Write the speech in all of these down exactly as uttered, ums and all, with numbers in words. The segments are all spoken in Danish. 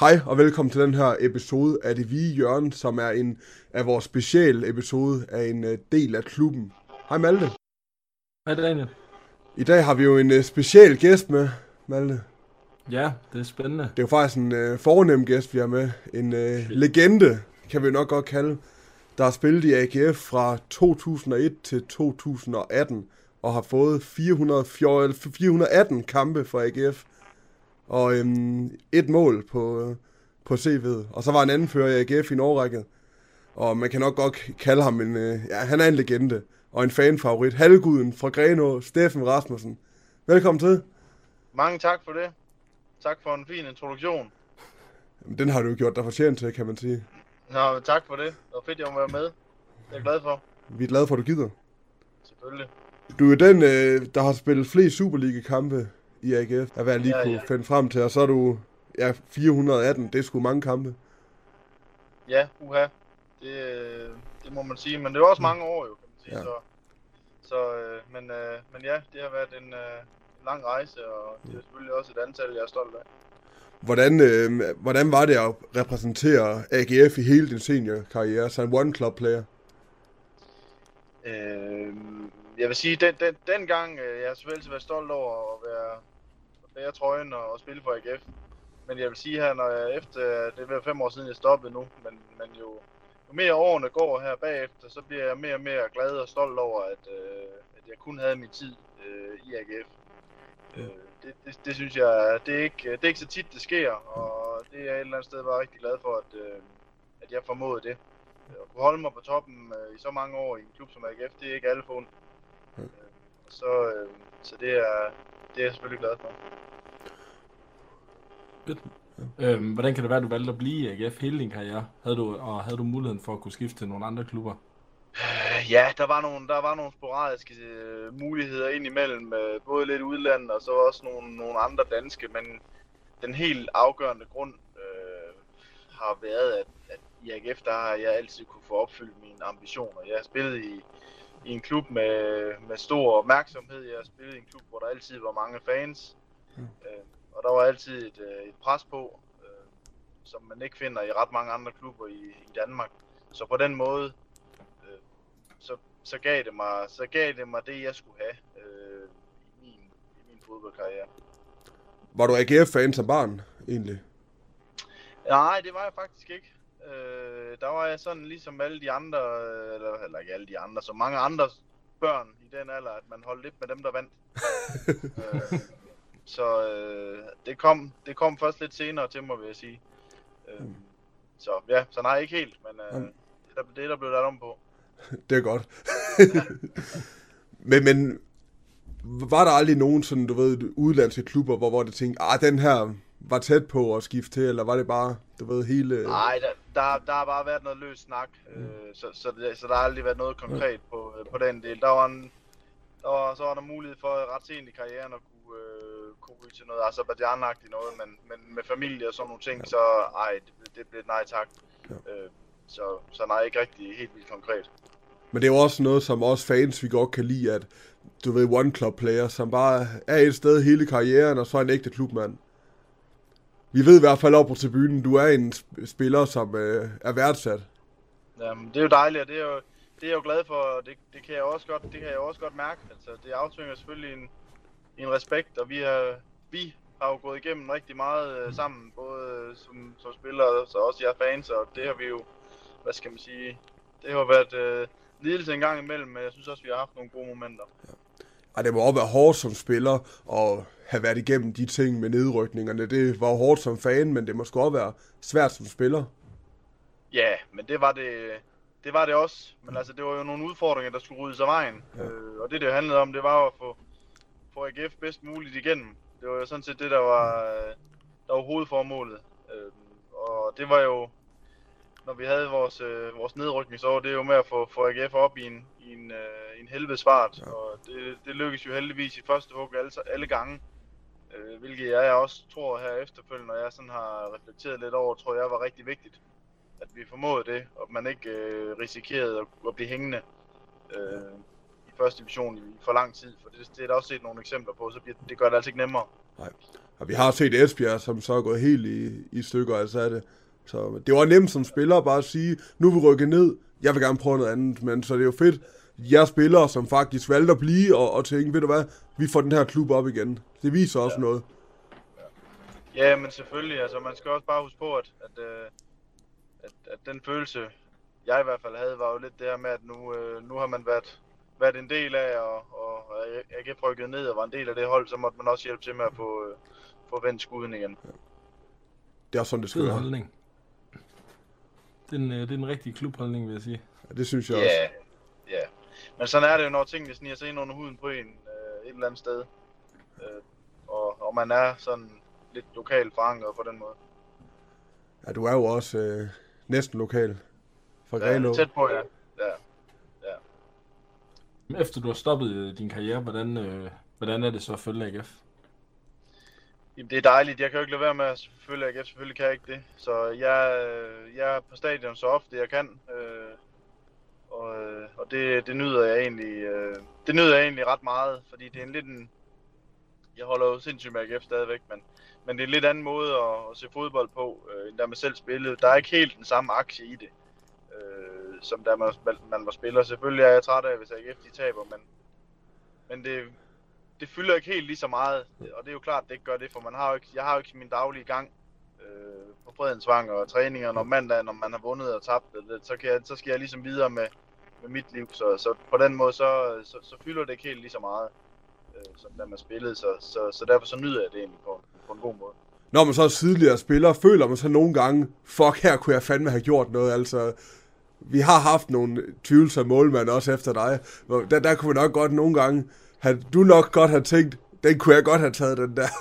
Hej og velkommen til den her episode af Det Hvide Hjørne, som er en af vores special episode af en uh, del af klubben. Hej Malte. Hej Daniel. I dag har vi jo en uh, special gæst med, Malte. Ja, det er spændende. Det er jo faktisk en uh, fornem gæst, vi har med. En uh, legende, kan vi nok godt kalde, der har spillet i A G F fra to tusind og et til to tusind og atten, og har fået fire hundrede og atten kampe for A G F. Og øhm, et mål på, øh, på C V'et. Og så var en anden fører i A G F i en årrække. Og man kan nok godt kalde ham en... Øh, ja, han er en legende. Og en fanfavorit. Halvguden fra Grenaa, Steffen Rasmussen. Velkommen til. Mange tak for det. Tak for en fin introduktion. Jamen, den har du jo gjort dig fortjent til, kan man sige. Nå, tak for det. Det var fedt, jeg må være med. Det er jeg glad for. Vi er glade for, at du gider. Selvfølgelig. Du er den, øh, der har spillet flest Superliga-kampe i A G F, af hvad jeg lige ja, kunne ja. finde frem til, og så er du ja, fire hundrede og atten, det er sgu mange kampe. Ja, uha. Det, det må man sige, men det er også mange år jo, kan man sige. Ja. Så, så, øh, men, øh, men ja, det har været en, øh, en lang rejse, og det er selvfølgelig også et antal, jeg er stolt af. Hvordan, øh, hvordan var det at repræsentere A G F i hele din seniorkarriere, så en one-club-player? Øh, jeg vil sige, den, den, den gang, øh, jeg har selvfølgelig været stolt over at være at bære trøjen og, og spille for A G F. Men jeg vil sige her, når jeg efter, det er fem år siden, jeg stoppede nu, men, men jo, jo mere årene går her bagefter, så bliver jeg mere og mere glad og stolt over, at, øh, at jeg kun havde min tid øh, i A G F. Ja. Øh, det, det, det synes jeg, det er, ikke, det er ikke så tit, det sker, og det er jeg et eller andet sted bare rigtig glad for, at, øh, at jeg formåede det. At kunne holde mig på toppen øh, i så mange år i en klub som A G F, det er ikke alle fundet. Ja. Øh, så, øh, så det er, det er jeg selvfølgelig glad for. Ja. Øhm, hvordan kan det være, at du valgte at blive i A G F hele din karriere? Havde du, og havde du muligheden for at kunne skifte til nogle andre klubber? Ja, der var nogle, der var nogle sporadiske øh, muligheder ind imellem, øh, både lidt udlandet og så også nogle, nogle andre danske, men den helt afgørende grund øh, har været, at, at i A G F, der har jeg altid kunne få opfyldt mine ambitioner. Jeg har spillet i, i en klub med, med stor opmærksomhed, jeg har spillet i en klub, hvor der altid var mange fans, mm. øh, og der var altid et, et pres på, øh, som man ikke finder i ret mange andre klubber i, i Danmark. Så på den måde, øh, så, så, gav det mig, så gav det mig det, jeg skulle have øh, i, min, i min fodboldkarriere. Var du A G F-fan som barn, egentlig? Nej, det var jeg faktisk ikke. Øh, der var jeg sådan ligesom alle de andre, eller, eller ikke alle de andre, så mange andre børn i den alder, at man holdt lidt med dem, der vandt. øh, så øh, det, kom, det kom først lidt senere til mig, vil jeg sige. Øh, mm. Så ja, så nej, ikke helt, men øh, mm. det, der, det der blev lavet om på. Det er godt. men, men var der aldrig nogen sådan, du ved, udlandske klubber, hvor, hvor det tænkte, ah, den her var tæt på at skifte til, eller var det bare, du ved, hele... Nej, der, der, der har bare været noget løs snak, mm. øh, så, så, det, så der har aldrig været noget konkret mm. på, på den del. Der var en, der var, så var der mulighed for ret sent i karrieren at kunne, øh, kunne ryge til noget Aserbajdsjan-agtigt noget, men, men med familie og sådan nogle ting, ja. så ej, det, det blev et nej tak. Ja. Øh, så, så nej, ikke rigtig helt vildt konkret. Men det er jo også noget, som også fans vi godt kan lide, at du ved, one-club-player, som bare er et sted hele karrieren, og så er en ægte klubmand. Vi ved i hvert fald op på tribunen, du er en spiller, som øh, er værdsat. Jamen, det er jo dejligt, og det er jo, det er jeg jo glad for, og det, det kan jeg også godt, det kan jeg også godt mærke. Altså, det aftvinger selvfølgelig en, en respekt, og vi har, vi har jo gået igennem rigtig meget øh, sammen, både som, som spillere, så også jer fans, og det har vi jo, hvad skal man sige, det har været øh, lidelse en gang imellem, men jeg synes også, vi har haft nogle gode momenter. Ja. Og det må også være hårdt som spiller, og have været igennem de ting med nedrykningerne. Det var hårdt som fan, men det må sgu også være svært som spiller. Ja, men det var det, det var det også. Men altså, det var jo nogle udfordringer, der skulle ryddes af vejen. Ja. Øh, og det, det handlede om, det var jo at få, få A G F bedst muligt igennem. Det var jo sådan set det, der var, der var hovedformålet. Øh, og det var jo, når vi havde vores, øh, vores nedrykningsår, det er jo med at få, få A G F op i en, i en, øh, en helvedes fart. Ja. Og det, det lykkedes jo heldigvis i første hug alle, alle gange. Øh, hvilket jeg også tror her efterfølgende, når jeg sådan har reflekteret lidt over, tror jeg var rigtig vigtigt, at vi formåede det, og man ikke øh, risikerede at, at blive hængende øh, i første division i for lang tid, for det, det er der også set nogle eksempler på, så bliver, det gør det altså ikke nemmere. Nej. Og vi har set Esbjerg, som så er gået helt i, i stykker, altså er det. Så det var nemt som spiller bare at sige, nu vil vi rykke ned, jeg vil gerne prøve noget andet, men så det er jo fedt, jeg spillere, som faktisk valgte at blive og, og tænke, ved du hvad, vi får den her klub op igen. Det viser også ja. noget. Ja, men selvfølgelig, altså man skal også bare huske på, at, at, at, at den følelse, jeg i hvert fald havde, var jo lidt det her med, at nu, nu har man været, været en del af, og, og A G F rykket ned og var en del af det hold, så måtte man også hjælpe til med at få, få vendt skuden igen. Ja. Det er sådan, det skal være. Holdning. Det er, en, det er en rigtig klubholdning, vil jeg sige. Ja, det synes jeg yeah. også. Ja, yeah. Men sådan er det jo, når tingene sniger sig ind under huden på en øh, et eller andet sted. Øh, og, og man er sådan lidt lokalt forankret på den måde. Ja, du er jo også øh, næsten lokal fra Grenaa. Ja, tæt på, ja. ja. ja. Efter du har stoppet din karriere, hvordan, øh, hvordan er det så at følge A G F? Jamen, det er dejligt. Jeg kan jo ikke lade være med at følge A G F. Selvfølgelig kan jeg ikke det. Så jeg, jeg er på stadion så ofte jeg kan. Øh, og og det, det nyder jeg egentlig øh, det nyder jeg egentlig ret meget, fordi det er en lidt en... Jeg holder jo sindssygt med A G F stadigvæk, men, men det er en lidt anden måde at, at se fodbold på, øh, end da man selv spillede. Der er ikke helt den samme aktie i det, øh, som da man, man var spiller. Selvfølgelig er jeg træt af, hvis A G F de taber, men, men det, det fylder ikke helt lige så meget. Og det er jo klart, at det ikke gør det, for man har jo ikke, jeg har jo ikke min daglige gang øh, på Fredensvang og træninger, når mandag, når man har vundet og tabt, så, kan jeg, så skal jeg ligesom videre med, med mit liv. Så, så på den måde, så, så, så fylder det ikke helt lige så meget, som da man spillede, så, så, så derfor så nyder jeg det egentlig på, på en god måde. Når man så er tidligere spiller, føler man så nogle gange, fuck, her kunne jeg fandme have gjort noget, altså, vi har haft nogle tvivlsomme målmænd også efter dig, der, der kunne vi nok godt nogle gange, have, du nok godt have tænkt, den kunne jeg godt have taget, den der.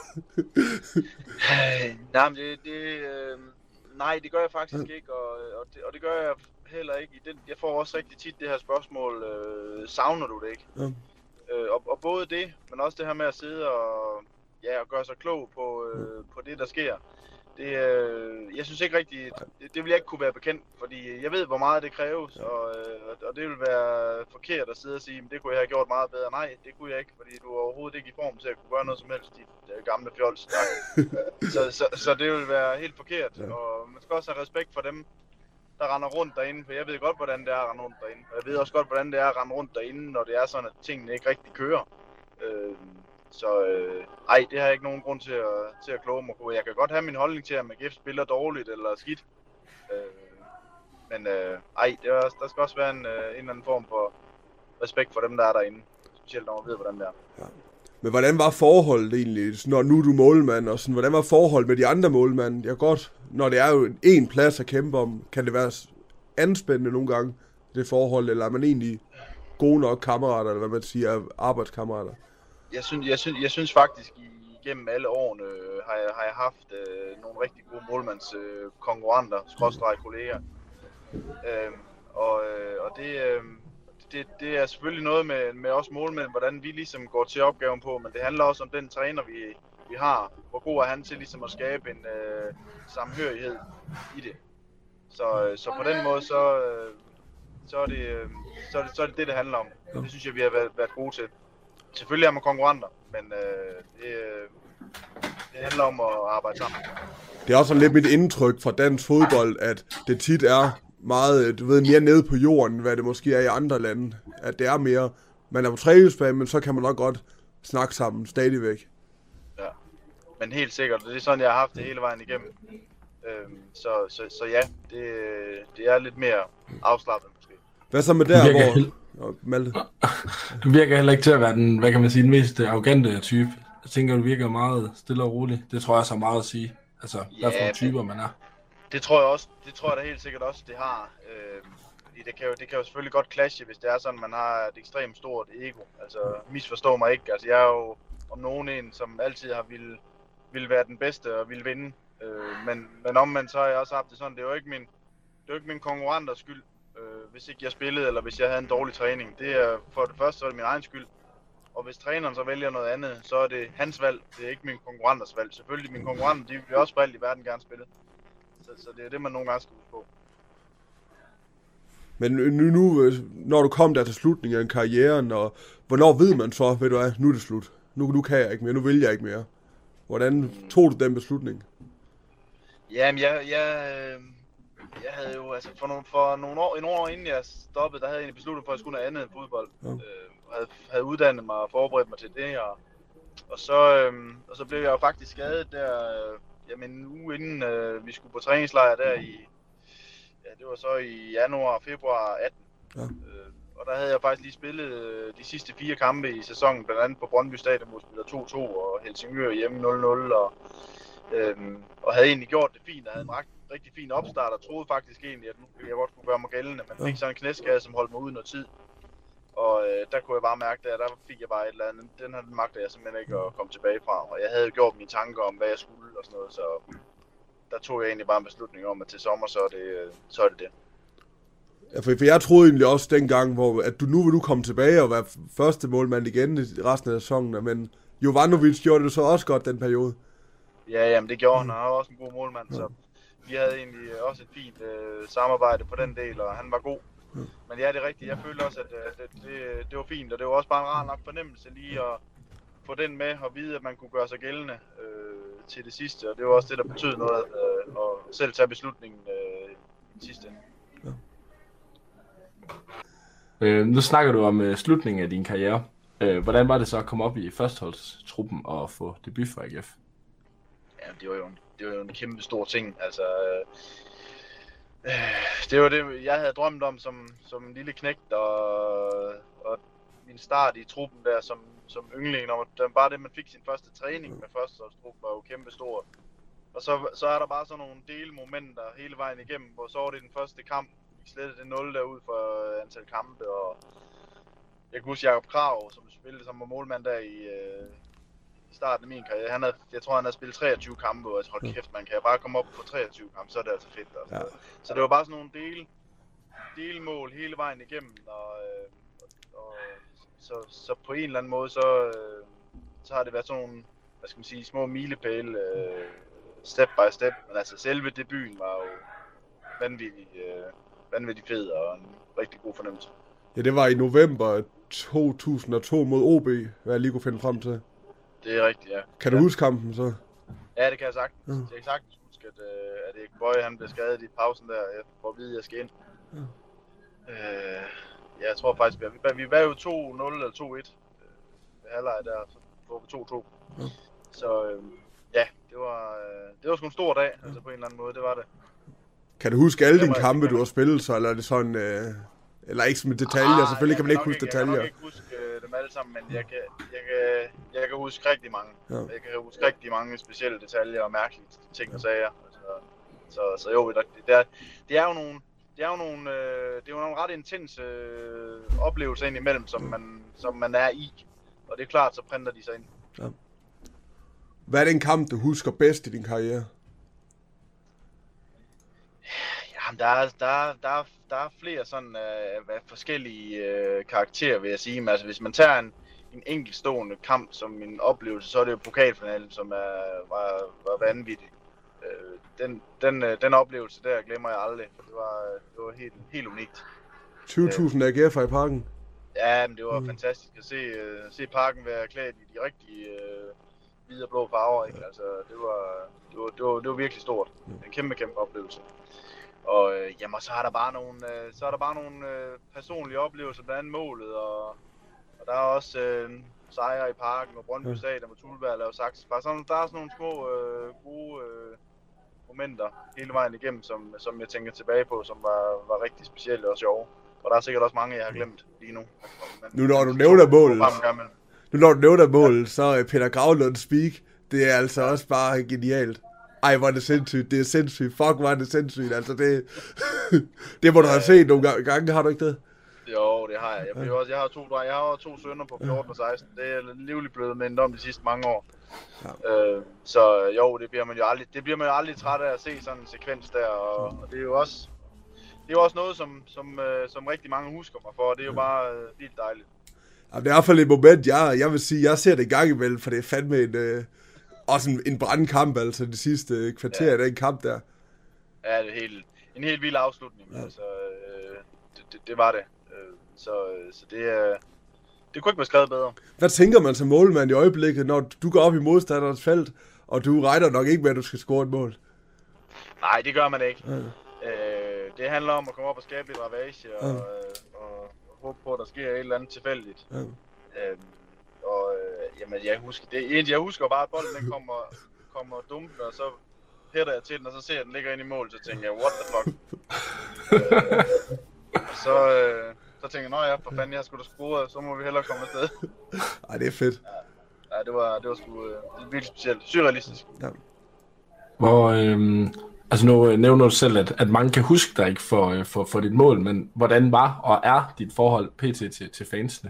nej, men det, det, øh, nej, det gør jeg faktisk ikke, og, og, det, og det gør jeg heller ikke. Den, jeg får også rigtig tit det her spørgsmål, øh, savner du det ikke? Ja. Øh, og, og både det, men også det her med at sidde og, ja, og gøre sig klog på, øh, på det, der sker. Det, øh, jeg synes ikke rigtigt, det, det vil jeg ikke kunne være bekendt, fordi jeg ved, hvor meget det kræves, og, øh, og det vil være forkert at sidde og sige, men det kunne jeg have gjort meget bedre. Nej, det kunne jeg ikke, fordi du er overhovedet ikke i form til at kunne gøre noget som helst, de gamle fjols. så, så, så det vil være helt forkert, og man skal også have respekt for dem, der render rundt derinde, for jeg ved godt, hvordan det er at rende rundt derinde. Og jeg ved også godt, hvordan det er at rende rundt derinde, når det er sådan, at tingene ikke rigtig kører. Øh, så øh, ej, det har jeg ikke nogen grund til at, til at kloge mig på. Jeg kan godt have min holdning til, at A G F spiller dårligt eller skidt. Øh, men øh, ej, det er, der skal også være en, øh, en eller anden form for respekt for dem, der er derinde. Specielt når man ved, hvordan det er. Ja. Men hvordan var forholdet egentlig, når nu er du målmand, og sådan, hvordan var forholdet med de andre målmænd? Jeg godt, når det er jo en plads at kæmpe om, kan det være anspændende nogle gange, det forhold, eller er man egentlig gode nok kammerater, eller hvad man siger, arbejdskammerater? Jeg synes, jeg synes, jeg synes faktisk, igennem alle årene øh, har, jeg, har jeg haft øh, nogle rigtig gode målmandskonkurrenter, øh, skråstreg kolleger. Øh, og, øh, og det... Øh, Det, det er selvfølgelig noget med, med os målmænd, hvordan vi ligesom går til opgaven på, men det handler også om den træner, vi, vi har. Hvor god er han til ligesom at skabe en øh, samhørighed i det. Så, så på den måde, så, øh, så, er det, øh, så, er det, så er det det, det handler om. Og det synes jeg, vi har været, været gode til. Selvfølgelig er man konkurrenter, men øh, det, det handler om at arbejde sammen. Det er også lidt mit indtryk fra dansk fodbold, at det tit er meget, du ved, mere nede på jorden, hvad det måske er i andre lande. At det er mere, man er på træningsbanen, men så kan man nok godt snakke sammen stadigvæk. Ja, men helt sikkert. Det er sådan, jeg har haft det hele vejen igennem. Øhm, så, så, så ja, det, det er lidt mere afslappet måske. Hvad så med der, hvor... Hel... Nå, Malte. Du virker heller ikke til at være den, hvad kan man sige, den mest arrogante type. Jeg tænker, du virker meget stille og rolig. Det tror jeg så meget at sige. Altså, hvad for ja, typer man er. Det tror jeg også, det tror jeg da helt sikkert også, det har. Øh, det, kan jo, det kan jo selvfølgelig godt clashe, hvis det er sådan, man har et ekstremt stort ego. Altså, misforstå mig ikke. Altså, jeg er jo om nogen en, som altid har ville, ville være den bedste og ville vinde. Øh, men, men omvendt så har jeg også haft det sådan, det er jo ikke min, det er jo ikke min konkurrenters skyld, øh, hvis ikke jeg spillede, eller hvis jeg havde en dårlig træning. Det er, for det første så er det min egen skyld. Og hvis træneren så vælger noget andet, så er det hans valg. Det er ikke min konkurrenters valg. Selvfølgelig, mine konkurrenter, de vil også for alt i verden gerne spille. Så, så det er det, man nogle gange skal huske på. Men nu, nu, når du kom der til slutningen af karrieren, og hvornår ved man så, ved du hvad, nu er det slut. Nu, nu kan jeg ikke mere, nu vil jeg ikke mere. Hvordan tog du den beslutning? Jamen, jeg, jeg, jeg havde jo, altså for nogle, for nogle år, en år inden jeg stoppede, der havde jeg egentlig besluttet for, at jeg skulle noget andet end fodbold. Ja. Øh, havde, havde uddannet mig og forberedt mig til det, og, og, så, øh, og så blev jeg jo faktisk skadet der, øh, jamen en uge inden øh, vi skulle på træningslejr der i, ja, det var så i januar og februar atten. Ja. Øh, og der havde jeg faktisk lige spillet øh, de sidste fire kampe i sæsonen, blandt andet på Brøndby Stadion, hvor vi spillede to to, og Helsingør hjemme nul nul, og Øhm, og havde egentlig gjort det fint, og havde en ret, rigtig fin opstart, og troede faktisk egentlig, at nu ville jeg godt kunne gøre mig gældende, men fik sådan en knæskade, som holdt mig ud noget tid. Og øh, der kunne jeg bare mærke, at der fik jeg bare et eller andet, den her magter jeg simpelthen ikke at komme tilbage fra, og jeg havde gjort mine tanker om, hvad jeg skulle og sådan noget, så der tog jeg egentlig bare en beslutning om, at til sommer, så er det så er det. det. Ja, for, for jeg troede egentlig også dengang, hvor at du nu vil du komme tilbage og være første målmand igen i resten af sæsonen, men Jovanovic gjorde det så også godt den periode. Ja, jamen det gjorde han, og han var også en god målmand, ja. Så vi havde egentlig også et fint øh, samarbejde på den del, og han var god. Ja. Men ja, det er rigtigt, jeg følte også, at øh, det, det, det var fint, og det var også bare en rar nok fornemmelse lige at få den med, og vide, at man kunne gøre sig gældende øh, til det sidste, og det var også det, der betød noget, øh, at selv tage beslutningen øh, i det sidste ende. Ja. Øh, nu snakker du om øh, slutningen af din karriere. Øh, hvordan var det så at komme op i førsteholdstruppen og få debut for A G F? Ja, det var jo en, det var jo en kæmpe stor ting. Altså, øh, det var det, jeg havde drømt om som, som en lille knægt, og, og min start i truppen der som, som yngling, og det, bare det, man fik sin første træning med førsteholdstruppen, var jo kæmpe stort. Og så, så er der bare sådan nogle delmomenter hele vejen igennem, hvor så var det den første kamp, vi slettede det nul derud for antal kampe, og jeg kan huske Jakob Krag, som spillede som målmand der i øh, starten af min karriere. Han havde, jeg tror, han havde spillet treogtyve kampe, og jeg tror, kæft, man kan bare komme op på treogtyve kampe, så er det altså fedt. Altså. Ja. Så det var bare sådan nogle del, delmål hele vejen igennem, og, øh, og så, så på en eller anden måde, så, øh, så har det været sådan nogle, hvad skal man sige, små milepæle, øh, step by step. Men altså selve debuten var jo vanvittig, øh, vanvittig fed og en rigtig god fornemmelse. Ja, det var i november to tusind og to mod O B, hvad jeg lige kunne finde frem til. Det er rigtigt, ja. Kan du ja. huske kampen så? Ja, det kan jeg sagtens. Ja. Jeg kan sagtens huske, at, at Erik Bøje, han blev skadet i pausen der, jeg får at vide, at jeg skal ind. Ja. Øh, ja, jeg tror faktisk, vi, vi var jo to nul eller to et ved halvleg der, så får vi to to. Ja. Så øh, ja, det var, det var sgu en stor dag, ja. Altså på en eller anden måde, det var det. Kan du huske alle dine kampe, du har spillet, så eller er det sådan... Øh... Eller ikke som detaljer, ah, selvfølgelig kan man ikke huske ikke, detaljer. Jeg kan nok ikke huske uh, dem alle sammen, men jeg kan, jeg kan, jeg kan huske rigtig mange. Ja. Jeg kan huske rigtig mange specielle detaljer og mærkelige ting og sager. Altså, så, så jo, det er, det er jo nogle, det er jo nogle, øh, det er jo nogle ret intense øh, oplevelser ind imellem, som man, som man er i. Og det er klart, så printer de sig ind. Ja. Hvad er den kamp, du husker bedst i din karriere? Jamen, der er, der er, der er, der er flere sådan øh, forskellige øh, karakterer, vil jeg sige. Men altså, hvis man tager en, en enkeltstående kamp som en oplevelse, så er det jo pokalfinalen, som er, var, var vanvittig. Øh, den, den, øh, den oplevelse der glemmer jeg aldrig, for det var, det var helt, helt unikt. tyve tusind A G F'er i parken? Ja, men det var mm. fantastisk at se, øh, se parken være klædt i de rigtige øh, hvide og blå farver. Ikke? Altså, det, var, det, var, det, var, det var virkelig stort. En kæmpe, kæmpe oplevelse. Og øh, jamen, så er der bare nogle, øh, så er der bare nogle øh, personlige oplevelser, blandt andet målet, og, og der er også øh, sejre i parken, og Brøndby Stadion, hvor Tulberg laver saks. Bare sådan, der er sådan nogle små øh, gode øh, momenter hele vejen igennem, som, som jeg tænker tilbage på, som var, var rigtig specielle og sjove. Og der er sikkert også mange, jeg har glemt lige nu. Men, nu når du nævner målet, nu når du nævner målet, så er Peter Gravlund speak. Det er altså også bare genialt. Ej, hvor er det sindssygt, det er sindssygt, fuck, hvor er det sindssygt, altså det, det må du have set nogle gange, har du ikke det? Jo, det har jeg, jeg, også, jeg har to, jeg har to sønner på fjorten og seksten, det er livligt blevet mindet om de sidste mange år. Ja. Øh, så jo, det bliver man jo aldrig, det bliver man jo aldrig træt af at se sådan en sekvens der, og, og det er jo også, det er jo også noget, som, som, som rigtig mange husker mig for, og det er jo bare øh, vildt dejligt. Ja, det er i hvert fald et moment, jeg, jeg vil sige, jeg ser det i gang imellem, for det er fandme en... Øh... Også en, en brandkamp, altså det sidste kvarter af ja. den kamp der. Ja, det er helt, en helt vild afslutning, ja. Altså, øh, det, det, det var det. Øh, så så det, øh, det kunne ikke være skrevet bedre. Hvad tænker man som målmand i øjeblikket, når du går op i modstanderens felt, og du regner nok ikke med, at du skal score et mål. Nej, det gør man ikke. Ja. Øh, det handler om at komme op og skabe lidt ravage, og, ja. øh, og, og håbe på, at der sker et eller andet tilfældigt. Ja. Øh, og øh, jamen, jeg husker, det, jeg husker bare, at bolden den kommer, kommer dumt, og så hætter jeg til den, og så ser jeg, at den ligger ind i mål, så tænker jeg, what the fuck? øh, så, øh, så tænker jeg, nå ja, for fanden, jeg har sgu da scoret, så må vi hellere komme afsted. Ej, det er fedt. Ja, ja det var, det var sgu øh, virkelig specielt. Surrealistisk. Ja. Hvor, øh, altså nu nævner du selv, at, at mange kan huske dig ikke for, for, for dit mål, men hvordan var og er dit forhold pt. til, til fansene?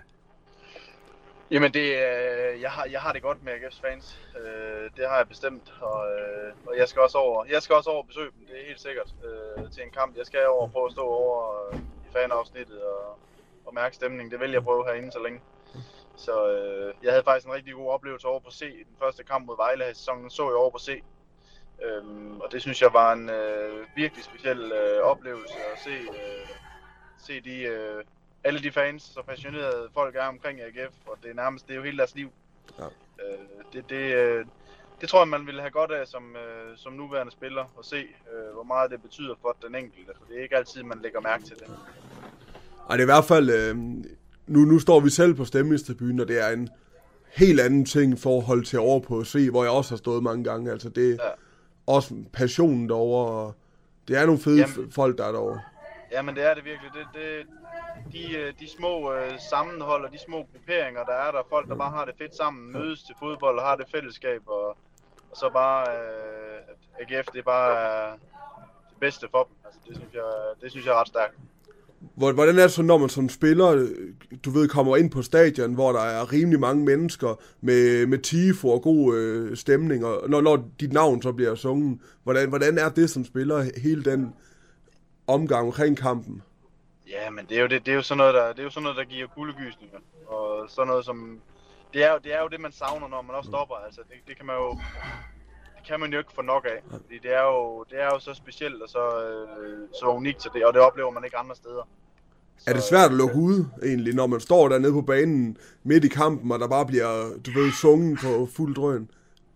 Jamen, det, øh, jeg, har, jeg har det godt med A G F's fans. Øh, det har jeg bestemt, og, øh, og jeg skal også over. Jeg skal også over besøge dem, det er helt sikkert, øh, til en kamp. Jeg skal over på at stå over øh, i fanafsnittet og, og mærke stemningen. Det vil jeg prøve herinde så længe. Så øh, jeg havde faktisk en rigtig god oplevelse over på C. Den første kamp mod Vejle her i sæsonen så jeg over på C. Øhm, og det synes jeg var en øh, virkelig speciel øh, oplevelse at se, øh, se de... Øh, alle de fans, så passionerede folk er omkring A G F, og det er nærmest, det er jo hele deres liv. Ja. Øh, det, det, øh, det tror jeg, man ville have godt af som, øh, som nuværende spiller, at se, øh, hvor meget det betyder for den enkelte, for det er ikke altid, man lægger mærke til det. Ej, det er i hvert fald, øh, nu, nu står vi selv på stemningstribunen, og det er en helt anden ting i forhold til over på C, hvor jeg også har stået mange gange. Altså det er ja. også passionen derovre, og det er nogle fede Jamen, folk, der er derovre. Jamen det er det virkelig. Det, det, de, de små øh, sammenhold og de små grupperinger, der er der, folk der bare har det fedt sammen, mødes til fodbold og har det fællesskab, og, og så bare øh, at A G F, det er bare øh, det bedste for dem. Altså, det synes jeg, det synes jeg er ret stærkt. Hvordan er det så, når man som spiller, du ved, kommer ind på stadion, hvor der er rimelig mange mennesker med, med tifo og god øh, stemning, og når, når dit navn så bliver sunget, hvordan, hvordan er det som spiller, hele den omgang omkring kampen? Ja, men det er jo det, det er jo sådan noget, der, det er jo sådan noget, der giver kuldegysninger, og sådan noget som, det er jo det, er jo det man savner, når man også stopper, altså det, det kan man jo, det kan man jo ikke få nok af, fordi det er jo, det er jo så specielt og så, øh, så unikt til det, og det oplever man ikke andre steder. Så, er det svært at lukke ud, egentlig, når man står dernede på banen midt i kampen, og der bare bliver, du ved, sunget på fuld drøn?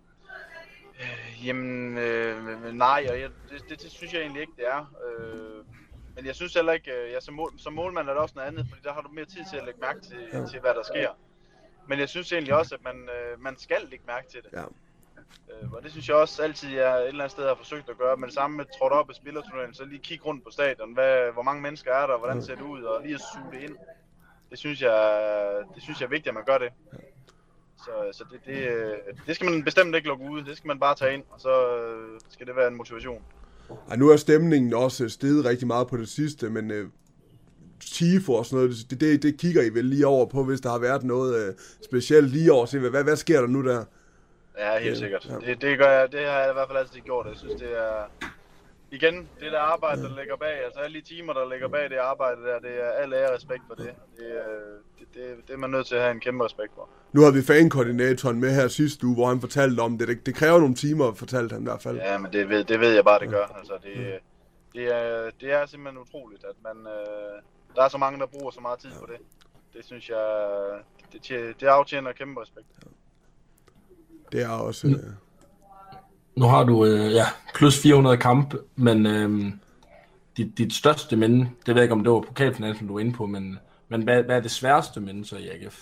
Øh, jamen, øh, nej, og jeg, det, det, det synes jeg egentlig ikke, det er. Øh, men jeg synes heller ikke, ja, som, mål, som målmand er det også noget andet, fordi der har du mere tid til at lægge mærke til, ja. til hvad der sker. Men jeg synes egentlig også, at man, øh, man skal lægge mærke til det. Ja. Øh, og det synes jeg også altid, jeg et eller andet sted har forsøgt at gøre. Men det samme med trådt op af spillerturneringen, så lige kigge rundt på stadion. Hvad, hvor mange mennesker er der, og hvordan ser det ud, og lige at suge det ind. Det synes jeg, det synes jeg er vigtigt, at man gør det. Så, så det, det, det skal man bestemt ikke lukke ud. Det skal man bare tage ind, og så skal det være en motivation. Ej, nu er stemningen også steget rigtig meget på det sidste, men øh, tifo og sådan noget, det, det, det kigger I vel lige over på, hvis der har været noget øh, specielt lige over. Se, hvad, hvad sker der nu der? Ja, helt sikkert. Ja. Det, det, gør jeg, det har jeg i hvert fald altid gjort. Jeg synes, det er... Igen, det der arbejde, der ligger bag, altså alle de timer, der ligger bag det arbejde der, det er al ære og respekt for det. Det, det, det. det er man nødt til at have en kæmpe respekt for. Nu har vi fankoordinatoren med her sidste uge, hvor han fortalte om det. Det, det kræver nogle timer, fortalte han i hvert fald. Ja, men det ved, det ved jeg bare, det gør. Altså, det, det, er, det er simpelthen utroligt, at man, øh, der er så mange, der bruger så meget tid på det. Det synes jeg, det, det aftjener kæmpe respekt. Det er også... Øh... Nu har du øh, ja, plus fire hundrede kampe, men øh, dit, dit største minde, det ved jeg ikke, om det var pokalfinalen, som du var inde på, men, men hvad, hvad er det sværeste minde så i A G F?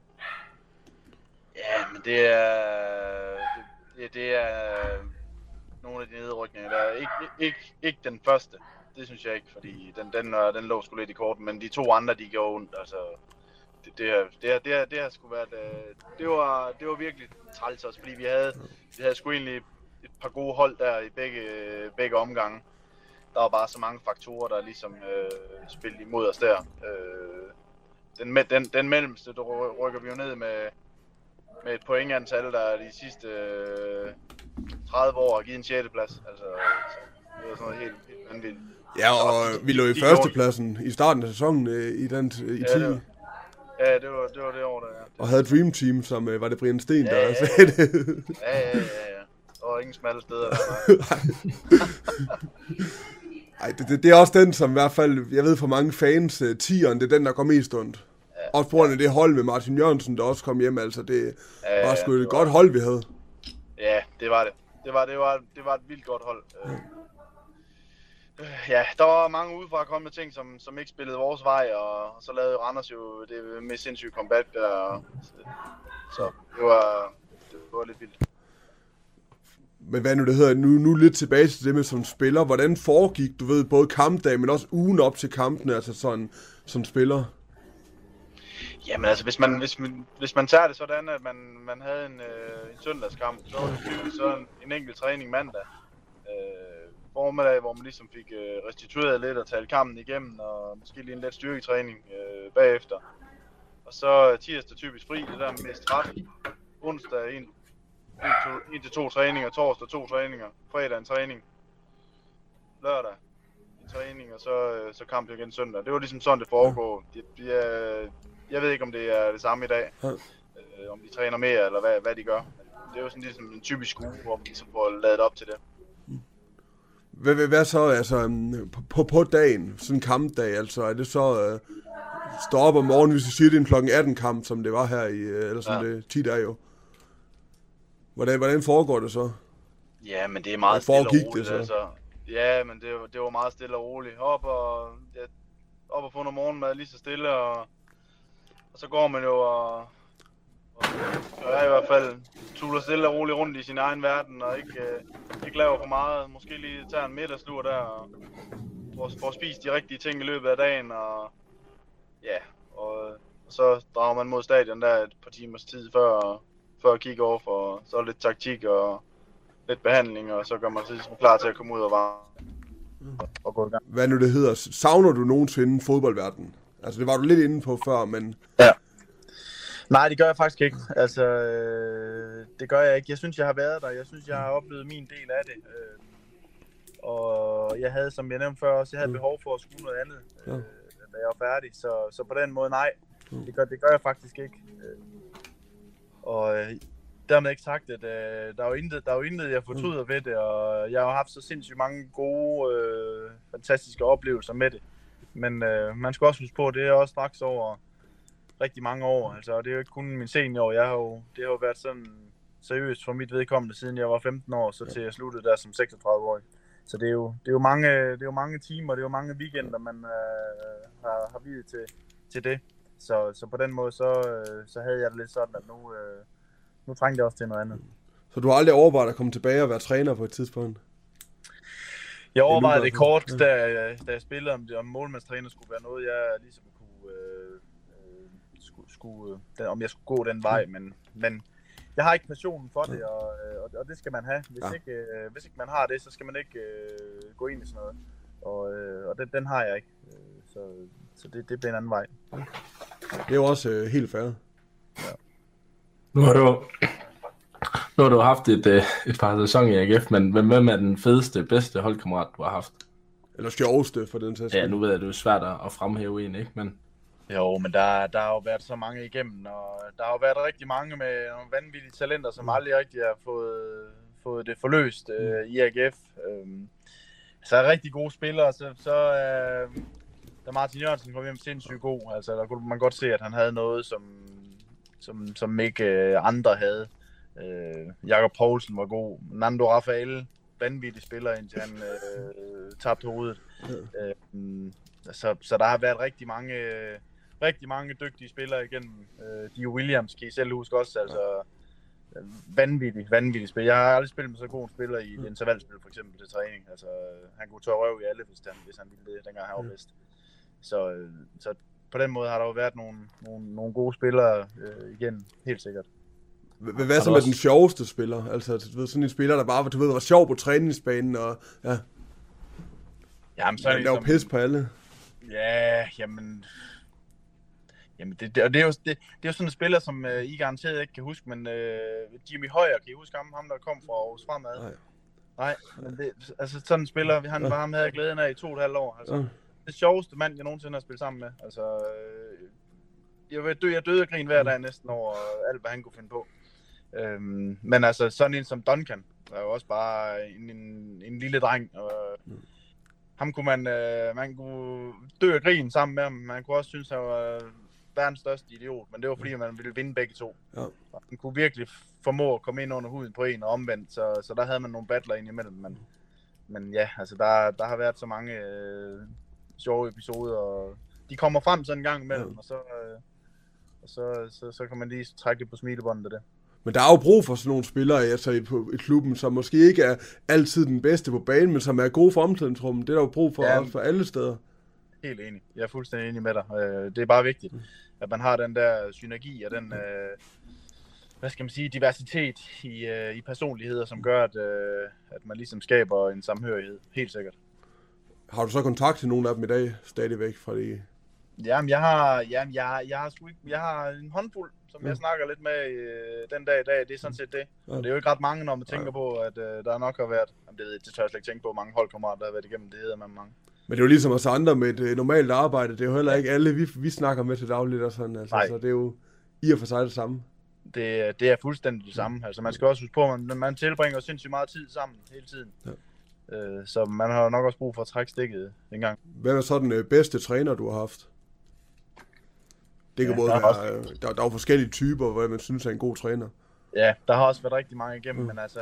Ja, men det er, det, det er nogle af de nedrykninger, der er ikke, ikke, ikke den første, det synes jeg ikke, fordi den, den, den lå sgu lidt i korten, men de to andre, de gjorde ondt, altså, det, det, har, det, har, det, har, det har sgu været, det var, det var virkelig træls også, fordi vi havde, vi havde sgu egentlig et par gode hold der i begge, begge omgange. Der var bare så mange faktorer, der ligesom øh, spillede imod os der. Øh, den, den, den mellemste, der rykker vi jo ned med, med et pointantal, der de sidste øh, tredive år har givet en sjette plads. Altså, så det var sådan noget helt, helt vanvittigt. Ja, og de, vi lå i de, førstepladsen i starten af sæsonen øh, i den i ja, ti. Ja, det var, det var det år der, ja. Og havde Dream Team, som øh, var det Brian Sten, ja, der ja, sagde ja. det. Ja, ja, ja, ja. Og ingen smalle steder der. Ej, det, det, det er også den, som i hvert fald, jeg ved for mange fans, uh, tieren, det er den, der går mest ondt. Ja, også på grund af ja. det hold med Martin Jørgensen, der også kom hjem, altså det ja, var sgu et var... godt hold, vi havde. Ja, det det var det. Det var, det var, det var et vildt godt hold. Øh, Ja, der var mange udefra kommende ting, som, som ikke spillede vores vej, og så lavede Randers jo det med sindssygt comeback der. Så det var, det var lidt vildt. Men hvad nu det hedder, nu, nu lidt tilbage til det med som spiller. Hvordan foregik, du ved, både kampdag, men også ugen op til kampene, altså sådan, som spiller? Jamen altså, hvis man, hvis man, hvis man tager det sådan, at man, man havde en, øh, en søndagskamp, så var det typisk sådan en enkelt træning mandag. Øh, formiddag, hvor man ligesom fik øh, restitueret lidt og talt kampen igennem, og måske lige en let styrketræning øh, bagefter. Og så tirsdag typisk fri, det der med straf. Onsdag en, en, to, en til to træninger, torsdag to træninger, fredag en træning, lørdag en træning, og så, øh, så kamp igen søndag. Det var ligesom sådan, det foregår. Det, det er, jeg ved ikke, om det er det samme i dag, øh, om de træner mere, eller hvad, hvad de gør. Det er jo sådan ligesom en typisk uge, hvor man ligesom får ladet op til det. Hvad, hvad, hvad så, altså, på, på, på dagen, sådan en kampdag, altså, er det så, øh, stå op om morgenen, hvis vi siger, det er en klokken atten kamp, som det var her i, øh, eller som ja. Det tit er jo. Hvordan, hvordan foregår det så? Ja, men det er meget stille og roligt, det, så? Altså. Ja, men det, det var meget stille og roligt. Op og, ja, op og få noget morgenmad lige så stille, og, og så går man jo og, og jeg i hvert fald tuller stille og roligt rundt i sin egen verden, og ikke, øh, ikke laver for meget. Måske lige tager en middagslur der, og får, får spist de rigtige ting i løbet af dagen, og ja, og, og så drager man mod stadion der et par timers tid før, før kick-off, og så lidt taktik og lidt behandling, og så gør man sig klar til at komme ud og varme. Og gå i gang. Hvad nu det hedder? Savner du nogensinde fodboldverdenen? Altså det var du lidt inde på før, men... Ja. Nej, det gør jeg faktisk ikke. Altså, øh, det gør jeg ikke. Jeg synes, jeg har været der. Jeg synes, jeg har oplevet min del af det. Øh, og jeg havde, som jeg nævnte før, også jeg havde behov for at skulle noget andet, øh, ja. da jeg var færdig. Så, så på den måde, nej. Det gør, det gør jeg faktisk ikke. Øh, og øh, dermed ikke sagt, at øh, der er jo intet, der er jo intet, jeg fortryder ved det. Og jeg har haft så sindssygt mange gode, øh, fantastiske oplevelser med det. Men øh, man skal også huske på, at det er også straks over rigtig mange år. Altså, det er jo ikke kun min senior. Jeg har jo, det har jo været sådan seriøst for mit vedkommende, siden jeg var femten år, så til jeg sluttede der som seksogtredive-årig. Så det er jo, det er jo mange, det er jo mange timer, det er jo mange weekender, man øh, har, har videt til, til det. Så, så på den måde, så, øh, så havde jeg det lidt sådan, at nu, øh, nu trængte jeg også til noget andet. Så du har aldrig overvejet at komme tilbage og være træner på et tidspunkt? Jeg overvejede det kort, da, da jeg spillede, om, det, om målmandstræner skulle være noget, jeg ligesom kunne, øh, skulle, skulle, den, om jeg skulle gå den vej, men, men jeg har ikke passionen for det, og, og, og det skal man have. Hvis, ja. ikke, øh, hvis ikke man har det, så skal man ikke øh, gå ind i sådan noget, og, øh, og den, den har jeg ikke, så, så det, det bliver en anden vej. Det er jo også øh, helt fair. Ja. Nu har du Nu har du haft et, et par sæsoner i A G F, men hvem er den fedeste, bedste holdkammerat, du har haft? Eller sjoveste for den sags skyld. Ja, nu ved jeg, at det er svært at fremhæve en, ikke? Men... Jo, men der, der har jo været så mange igennem, og der har jo været rigtig mange med nogle vanvittige talenter, som aldrig rigtig har fået, fået det forløst øh, i A G F. Øhm, så er rigtig gode spillere, så, så øh, da Martin Jørgensen kom hjem sindssygt god. Altså, der kunne man godt se, at han havde noget, som, som, som ikke øh, andre havde. Øh, Jakob Poulsen var god. Nando Rafael, vanvittig spiller, indtil han øh, tabte hovedet. Ja. Øh, så, så der har været rigtig mange, øh, rigtig mange dygtige spillere igennem. Øh, Dio Williams kan I selv huske også. Altså, ja. vanvittig, vanvittig spiller. Jeg har aldrig spillet med så god en spiller i et intervalspil, for eksempel til træning. Altså, han kunne tørre røv i alle, hvis han, hvis han ville det, dengang han var bedst. Så, øh, så på den måde har der jo været nogle, nogle, nogle gode spillere øh, igen, helt sikkert. Hvad så med også den sjoveste spiller? Altså, du ved, sådan en spiller, der bare du ved, var sjov på træningsbanen, og ja. Jamen, så er det der var pis på alle. Ja, jamen... Jamen, det, det, og det er, jo, det, det er jo sådan en spiller, som uh, I garanteret ikke kan huske, men uh, Jimmy Højer, kan I huske ham, ham der kom fra Aarhus Fremad? Nej. Nej, men det, altså sådan en spiller, han var ham havde glæden af i to og et halvt år. Altså, ja. Det sjoveste mand, jeg nogensinde har spillet sammen med. Altså, øh, jeg, dø, jeg døde af grin hver dag næsten over alt, hvad han kunne finde på. Øhm, men altså, sådan en som Duncan, der er jo også bare en, en, en lille dreng, og mm. ham kunne man, øh, man kunne dø af grin sammen med ham. Man kunne også synes, han var verdens største idiot, men det var fordi, man ville vinde begge to. Ja. Han kunne virkelig formår at komme ind under huden på en og omvendt, så, så der havde man nogle battler ind imellem, men, men ja, altså der, der har været så mange øh, sjove episoder, og de kommer frem sådan en gang imellem, ja. og, så, øh, og så, så, så kan man lige trække det på smilebåndet af det. Men der er jo brug for sådan nogle spillere altså, i, på, i klubben, som måske ikke er altid den bedste på banen, men som er gode for omklædningsrummet. Det er der jo brug for, ja, for alle steder. Helt enig. Jeg er fuldstændig enig med dig. Det er bare vigtigt, at man har den der synergi og den, hvad skal man sige, diversitet i, i personligheder, som gør, at, at man ligesom skaber en samhørighed. Helt sikkert. Har du så kontakt til nogle af dem i dag, stadigvæk fra det? Jamen, jeg har, jamen, jeg, jeg har, sgu ikke, jeg har en håndfuld, som ja. jeg snakker lidt med øh, den dag i dag. Det er sådan set det. Ja. Og det er jo ikke ret mange, når man tænker ja. på, at øh, der nok har været, jamen, det, det tør jeg slet ikke tænke på, mange holdkammerater, der har været igennem det, hedder man mange. Men det er jo ligesom os andre med et øh, normalt arbejde. Det er jo heller ikke alle, vi, vi snakker med til dagligt og sådan. Altså, så det er jo i og for sig det samme. Det, det er fuldstændig det samme. Altså, man skal også huske på, at man, man tilbringer sindssygt meget tid sammen hele tiden. Ja. Øh, så man har nok også brug for at trække stikket en gang. Hvad er så den øh, bedste træner, du har haft? Det kan ja, både der være, også... der, der er jo forskellige typer, hvor man synes er en god træner. Ja, der har også været rigtig mange igennem, mm. men altså,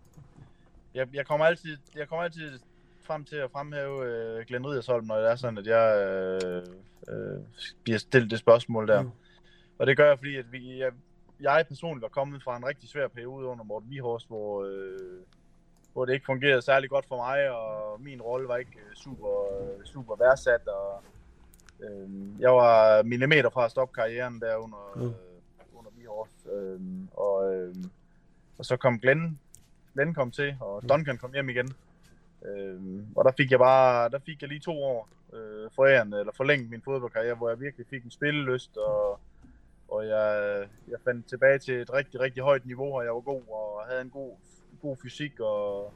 jeg, jeg kommer altid, jeg kommer altid frem til at fremhæve øh, Glenn Riddersholm, når det er sådan, at jeg øh, øh, bliver stillet det spørgsmål der. Mm. Og det gør jeg, fordi at vi, jeg, jeg personligt var kommet fra en rigtig svær periode under Morten Vihorst, hvor, øh, hvor det ikke fungerede særlig godt for mig, og min rolle var ikke super, super værdsat, og jeg var millimeter fra at stoppe karrieren der under, mm. øh, under Vihorst, øh, og, øh, og så kom Glenn, Glenn kom til, og Duncan kom hjem igen, øh, og der fik jeg bare, der fik jeg lige to år øh, forærende, eller forlænget min fodboldkarriere, hvor jeg virkelig fik en spillelyst, og, og jeg, jeg fandt tilbage til et rigtig, rigtig højt niveau, og jeg var god, og havde en god, god fysik, og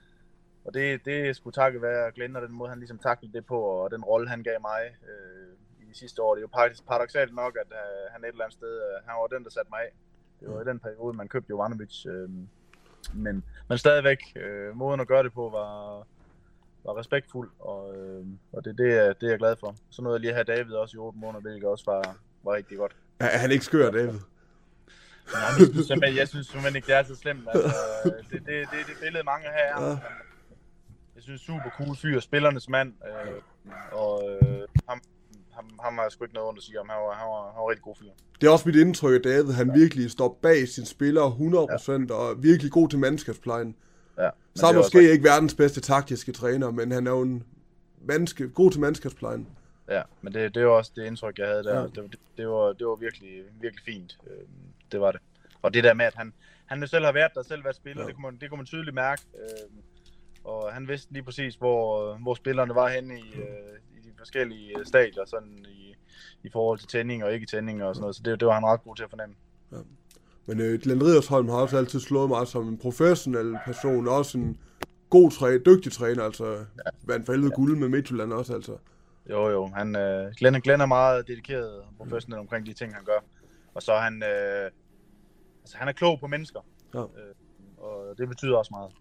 Og det, det skulle takket være Glenn, og den måde, han ligesom taklede det på, og den rolle, han gav mig øh, i de sidste år. Det er jo faktisk paradoksalt nok, at øh, han et eller andet sted, øh, han var den, der satte mig af. Det var i den periode, man købte Jovanovic. Øh, men, men stadigvæk, øh, måden at gøre det på var, var respektfuld, og, øh, og det, det, er, det er jeg glad for. Så nåede jeg lige at have David også i otte måneder, hvilket også var, var rigtig godt. Er han ikke skør, David? Nej, jeg synes simpelthen, jeg synes simpelthen ikke, det er så slemt. Altså, det, det, det, det billede mange her. Ja. Jeg synes, super cool fyr, spillernes mand, øh, og øh, ham, ham, ham har jeg sgu ikke noget ondt at sige om. Han var, han var, han var rigtig god fyr. Det er også mit indtryk, at David, han virkelig står bag sine spillere hundrede procent, ja. og virkelig god til mandskabsplejen. Ja, så er måske også ikke verdens bedste taktiske træner, men han er jo en mandskab, god til mandskabsplejen. Ja, men det, det var også det indtryk, jeg havde der. Ja. Det, det, det, var, det var virkelig, virkelig fint. Det var det. Og det der med, at han, han selv har været der, selv været spiller, ja. det, kunne man, det kunne man tydeligt mærke. Og han vidste lige præcis, hvor, hvor spillerne var henne i, øh, i de forskellige stadier, sådan i, i forhold til tænding og ikke tænding og sådan noget. Så det, det var han ret god til at fornemme. Ja. Men øh, Glenn Riddersholm har også altid slået mig som en professionel person, også en god træ, dygtig træner, altså ja. vandt for helvede ja. guld med Midtjylland også, altså. Jo, jo. Han, øh, Glenn, Glenn er meget dedikeret og professionel mm. omkring de ting, han gør. Og så er han, øh, altså, han er klog på mennesker, ja. øh, og det betyder også meget.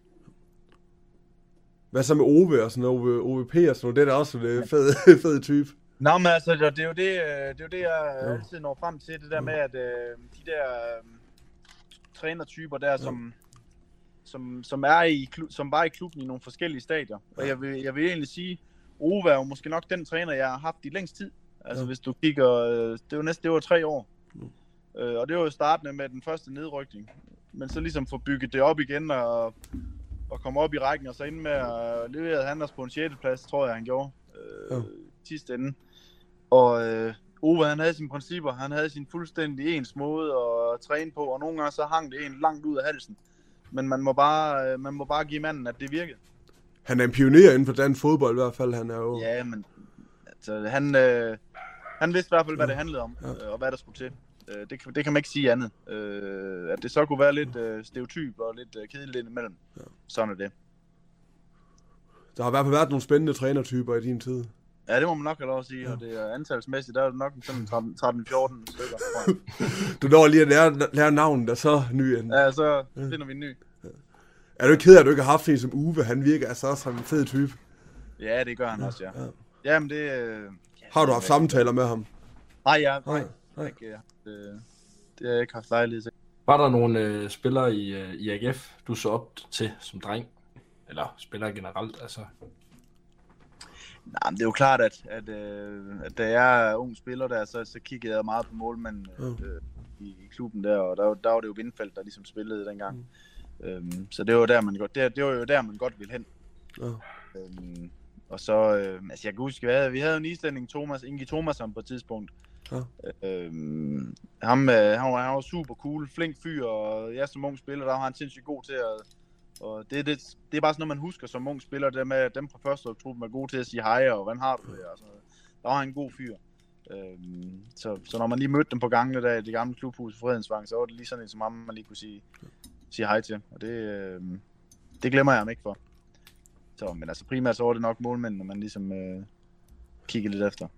Hvad så med Ove og sådan noget, O V P og sådan noget, det er da også en fed, fed type. Nå, men altså, det er jo det, det, er jo det jeg ja. altid når frem til, det der med, at øh, de der øh, trænertyper der, som, ja. som, som, er i, som var i klubben i nogle forskellige stadier. Og jeg vil, jeg vil egentlig sige, Ove er jo måske nok den træner, jeg har haft i længst tid. Altså, ja. hvis du kigger, øh, det var næsten, det var tre år. Ja. Øh, og det var jo startende med den første nedrykning. Men så ligesom få bygget det op igen og... og kom op i rækken, og så ind med at levere han os på en sjette plads, tror jeg, han gjorde øh, ja. sidste ende. Og øh, Ove, han havde sine principper, han havde sin fuldstændig ens måde at træne på, og nogle gange så hang det en langt ud af halsen. Men man må bare, øh, man må bare give manden, at det virkede. Han er en pioner inden for dansk fodbold i hvert fald, han er jo... Ja, men altså, han, øh, han vidste i hvert fald, hvad ja. det handlede om, ja. og hvad der skulle til. Det, det kan man ikke sige andet. Øh, at det så kunne være lidt øh, stereotyp og lidt øh, kedeligt indimellem. Ja. Sådan er det. Der har i hvert fald været nogle spændende trænertyper i din tid. Ja, det må man nok have lov at sige. Ja. Og det er antalsmæssigt, der er det nok sådan tretten fjorten stykker. Du når lige at lære, lære navnet, der så ny en. Ja, så finder vi en ny. Ja. Er du ikke ked af, at du ikke har haft en som Uwe? Han virker altså også som en fed type. Ja, det gør han ja. også, ja. ja. Jamen det... Øh, ja, har du haft samtaler med ham? Nej, ja, nej. nej. Ikke, ja. Det, det har jeg ikke haft lejlighed til. Var der nogle øh, spillere i, øh, i A G F, du så op til som dreng? Eller spillere generelt, altså? Nej, men det er jo klart, at, at, øh, at da jeg er ung spiller der, så, så kiggede jeg meget på målmanden øh, i, i klubben der, og der, der var det jo Vindfeldt, der ligesom spillede dengang. Mm. Øhm, så det var, der, man godt, det, det var jo der, man godt ville hen. Ja. Øhm, og så, øh, altså jeg kan huske, vi havde, vi havde en islænding, Thomas, Ingi Thomasson på et tidspunkt. Ja. Øhm, ham, øh, han, var, han var super cool, flink fyr, og jeg som ung spiller, der var han sindssygt god til at... Og det, det, det er bare sådan noget, man husker som ung spiller, det med, at dem fra første oktober er gode til at sige hej, og hvordan har du det, og sådan noget. Der var han en god fyr. Øhm, så, så når man lige mødte dem på gangene der i det gamle klubhus i Fredensvang, så var det lige sådan en som ham, man lige kunne sige, sige hej til. Og det, øh, det glemmer jeg ham ikke for. Så, men altså primært så var det nok målmændene, man ligesom øh, kiggede lidt efter.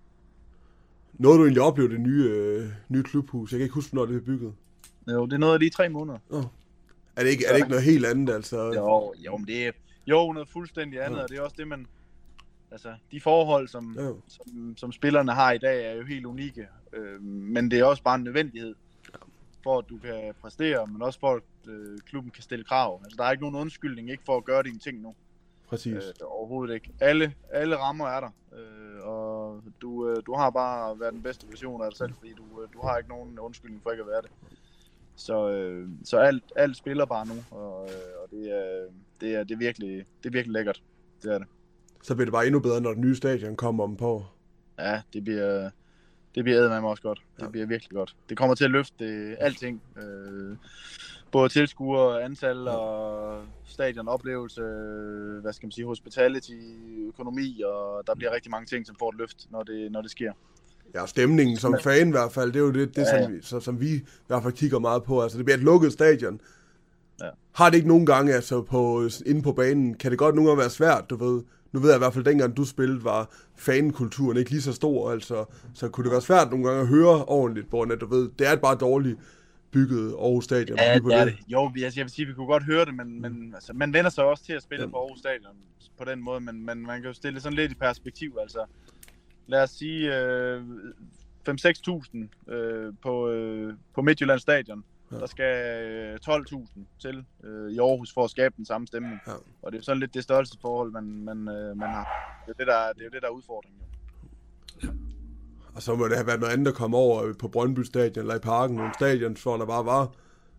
Nåede du egentlig opleve det nye, øh, nye klubhus? Jeg kan ikke huske, når det er bygget. Jo, det nåede lige tre måneder. Oh. Er det ikke, er det ikke noget helt andet, altså? Jo, jo, men det er jo noget fuldstændig andet, ja. Og det er også det, man... Altså, de forhold, som, ja. som, som spillerne har i dag, er jo helt unikke. Øh, men det er også bare en nødvendighed, for at du kan præstere, men også for at øh, klubben kan stille krav. Altså, der er ikke nogen undskyldning ikke for at gøre dine ting nu. Præcis. Øh, overhovedet ikke. Alle, alle rammer er der, øh, og du, øh, du har bare været den bedste version af dig selv, fordi du, øh, du har ikke nogen undskyldning for ikke at være det. Så, øh, så alt, alt spiller bare nu, og, øh, og det, er, det, er, det, er virkelig, det er virkelig lækkert. Det er det. Så bliver det bare endnu bedre, når det nye stadion kommer om på. Ja, det bliver, det bliver eddermame også godt. Det ja. bliver virkelig godt. Det kommer til at løfte øh, alting. Øh, både tilskuere, antal ja. og stadion, oplevelse, øh, hvad skal man sige, hospitality, økonomi, og der bliver rigtig mange ting, som får et løft, når det, når det sker. Ja, stemningen som fan i hvert fald, det er jo det, det ja, ja. Som, vi, så, som vi i hvert fald kigger meget på. Altså, det bliver et lukket stadion. Ja. Har det ikke nogen gange, altså på, inde på banen, kan det godt nogle gange være svært, du ved. Nu ved jeg i hvert fald, dengang du spillede, var fankulturen ikke lige så stor, altså. Så kunne det være svært nogle gange at høre ordentligt, hvor du ved, det er bare dårligt bygget Aarhus Stadion. Ja, det er det. Jo, jeg vil sige, vi kunne godt høre det, men, men altså, man vender sig også til at spille ja. på Aarhus Stadion på den måde, men, men man kan jo stille sådan lidt i perspektiv, altså. Lad os sige øh, fem til seks tusind øh, på, øh, på Midtjyllands Stadion. Ja. Der skal øh, tolv tusind til øh, i Aarhus for at skabe den samme stemning. Ja. Og det er jo sådan lidt det størrelsesforhold, man, man, øh, man har. Det er det, der, det er jo det, der er udfordringen. Ja. Og så må det have været noget andet at komme over på Brøndby Stadion eller i Parken. Nogle stadion, hvor der bare var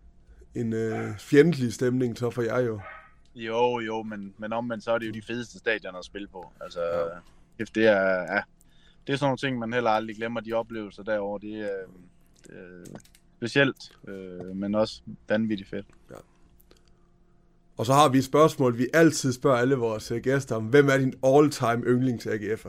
en øh, fjendtlig stemning, så for jeg jo. Jo, jo, men, men omvendt så er det jo de fedeste stadioner at spille på. Altså, ja. det er... Ja. Det er sådan nogle ting, man heller aldrig glemmer, de oplevelser derovre. Det er, det er specielt, øh, men også vanvittigt fedt. Ja. Og så har vi et spørgsmål, vi altid spørger alle vores gæster om. Hvem er din all-time yndlings A G F'er?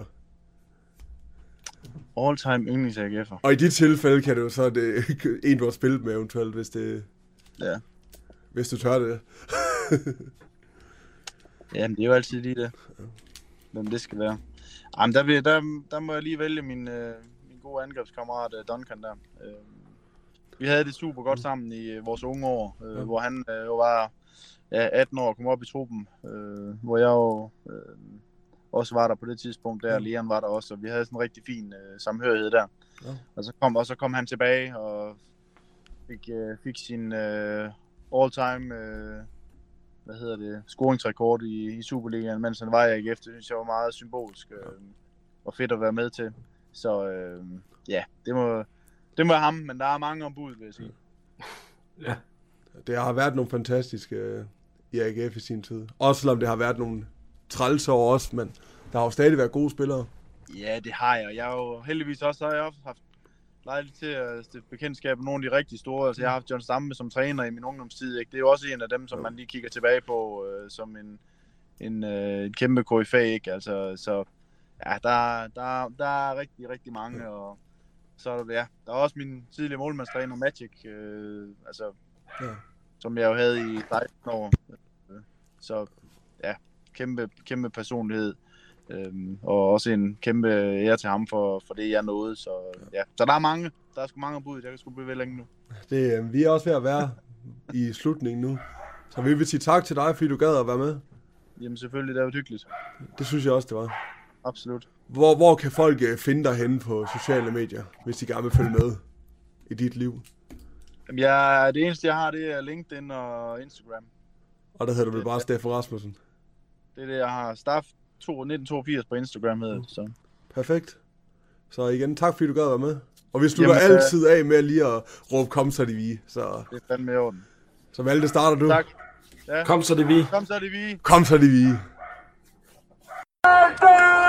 All-time yndlings A G F'er? Og i dit tilfælde kan det jo så det en, du har spillet med eventuelt, hvis det... Ja. Hvis du tør det. Jamen, det er jo altid lige det. Hvem det skal være. Jamen, der, vil, der, der må jeg lige vælge min, øh, min gode angrebskammerat øh, Duncan der. Øh, vi havde det super godt sammen i øh, vores unge år, øh, ja. hvor han øh, var ja, atten år og kom op i truppen, øh, hvor jeg jo øh, også var der på det tidspunkt der, ja. Leon var der også, og vi havde sådan en rigtig fin øh, samhørighed der. Ja. Og, så kom, og så kom han tilbage og fik, øh, fik sin øh, all-time... Øh, hvad hedder det, scoringsrekord i, i Superligaen, mens han var i A G F. Det synes jeg var meget symbolsk øh, og fedt at være med til. Så øh, ja, det må, det må være ham, men der er mange ombud, vil jeg sige. Ja, det har været nogle fantastiske øh, i A G F i sin tid. Også selvom det har været nogle trælsår også, men der har jo stadig været gode spillere. Ja, det har jeg. Jeg har jo heldigvis også, har jeg også haft lejligt til at stifte bekendtskab med nogle af de rigtig store. Altså, jeg har haft John Stampe som træner i min ungdomstid. Ikke? Det er jo også en af dem, som man lige kigger tilbage på øh, som en, en, øh, en kæmpe K F A, ikke? Altså, så ja, der, der, der er rigtig, rigtig mange. Og så er der, ja, der er også min tidligere målmandstræner, Magic, øh, altså, ja. som jeg jo havde i seksten år. Så ja, kæmpe, kæmpe personlighed. Øhm, og også en kæmpe ære til ham for, for det, jeg nåede. Så, ja. så der er mange. Der er sgu mange bud. Jeg kan sgu blive ved længe nu. Det, øh, vi er også ved at være i slutningen nu. Så vi vil sige tak til dig, fordi du gad at være med. Jamen selvfølgelig, det var hyggeligt. Det synes jeg også, det var. Absolut. Hvor, hvor kan folk finde dig henne på sociale medier, hvis de gerne vil følge med i dit liv? Jamen, jeg, det eneste, jeg har, det er LinkedIn og Instagram. Og der hedder du vel bare Steffen Rasmussen. Det er det, jeg har. Staff nitten toogfirs på Instagram hedder det, så. Perfekt. Så igen, tak fordi du gad være med. Og vi slutter Jamen, altid af med lige at råbe, kom så det vi. Så, Det er fandme i orden. så Malte, starter du. Tak. Ja. Kom så det vi. Kom så er det vi. Kom så det vi.